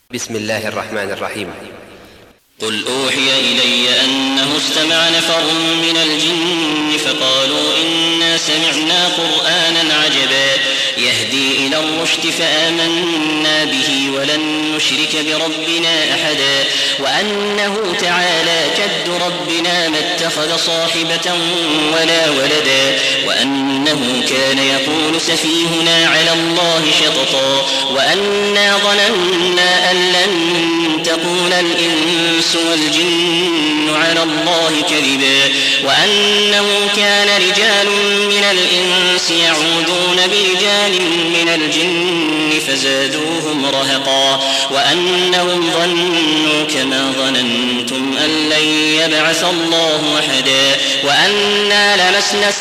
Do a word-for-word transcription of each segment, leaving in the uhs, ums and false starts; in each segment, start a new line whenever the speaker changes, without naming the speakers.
بسم الله الرحمن الرحيم.
قل أوحي إلي أنه استمع نفر من الجن فقالوا إنا سمعنا قرآنا عجبا يهدي إلى الرشد فآمنا به ولن نشرك بربنا أحدا وأنه تعالى جد ربنا ما اتخذ صاحبة ولا ولدا وأنه كان يقول سفيهنا على الله شططا وأنا ظننا أن لن تقول الإنس والجن على الله كذبا وأنه كان رجال من الإنس يعوذون برجال من الجن فزادوهم رهقا وأنهم ظنوا كما ظننتم أن لن يبعث الله أحدا وأنا لمسنا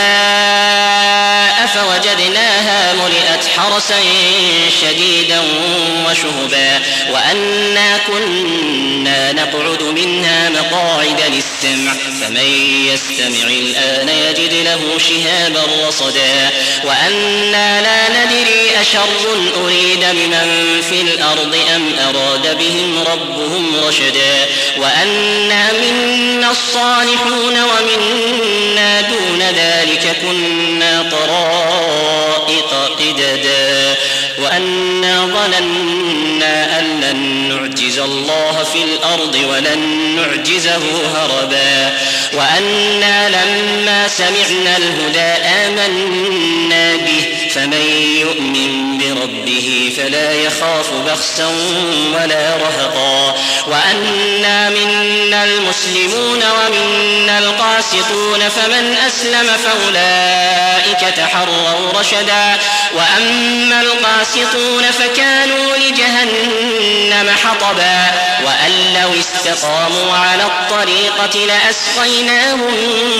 السماء فوجدناها ملئت حرسا شديدا وشهبا وأنا كنا نقعد منها مقاعد للسمع فمن يستمع الآن يجد له شهابا رصدا وأنا لا ندري أشر أريد بمن في الأرض أم أراد بهم ربهم رشدا وأنا منا الصالحون ومنا دون ذلك كنا طرائق قددا وأنا ظننا أن لن نعجز الله في الأرض ولن نعجزه هربا وأنا لما سمعنا الهدى آمنا به فمن يؤمن بربه فلا يخاف بخسا ولا رهقا وأنا منا المسلمون ومنا القاسطون فمن أسلم فأولئك تحروا رشدا وأما القاسطون فكانوا لجهنم حطبا وأن لو استقاموا على الطريقة لأسقيناهم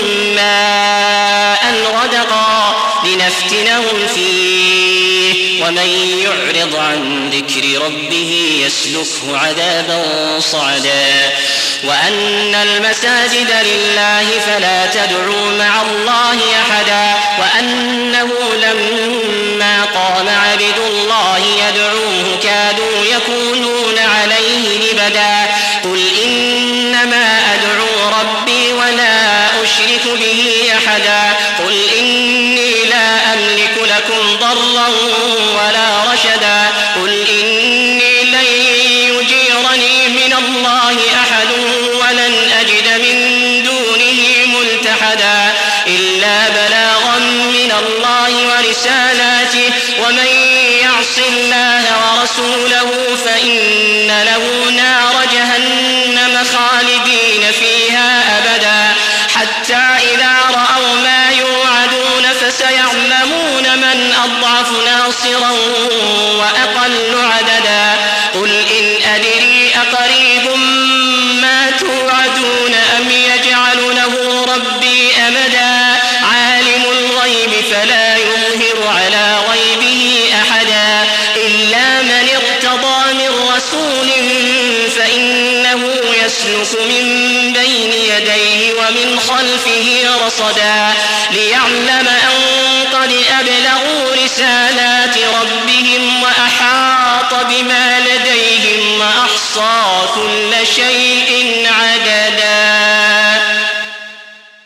ماء غدقا لنفتنهم فيه ومن يعرض عن ذكر ربه يسلكه عذابا صعدا وأن المساجد لله فلا تدعوا مع الله أحدا وأنه لما قام عبد الله يدعوه كادوا يكونون عليه لبدا قل إنما أدعو ربي ولا أشرك به أحدا قل إني لا أملك لكم ضرا ولا رشدا قل إني لن يجيرني من الله أحد ولن أجد من دونه ملتحدا إلا بلاغا من الله ورسالاته ومن يعص الله ورسوله فإن له نار جهنم خالدين فيها أبدا حتى إذا رأوا ما يوعدون فسيعلمون من أضعف ناصرا وأقل عددا قل إن أدري أقريب ما توعدون أم يجعل له ربي أمدا عالم الغيب فلا يظهر على غيبه أحدا إلا من ارتضى من رسول فإنه يسلك من بين يديه ومن خلفه رصدا ليعلم أن قد أبلغوا رسالات ربهم وأحاط بما لديهم وأحصى كل شيء عددا.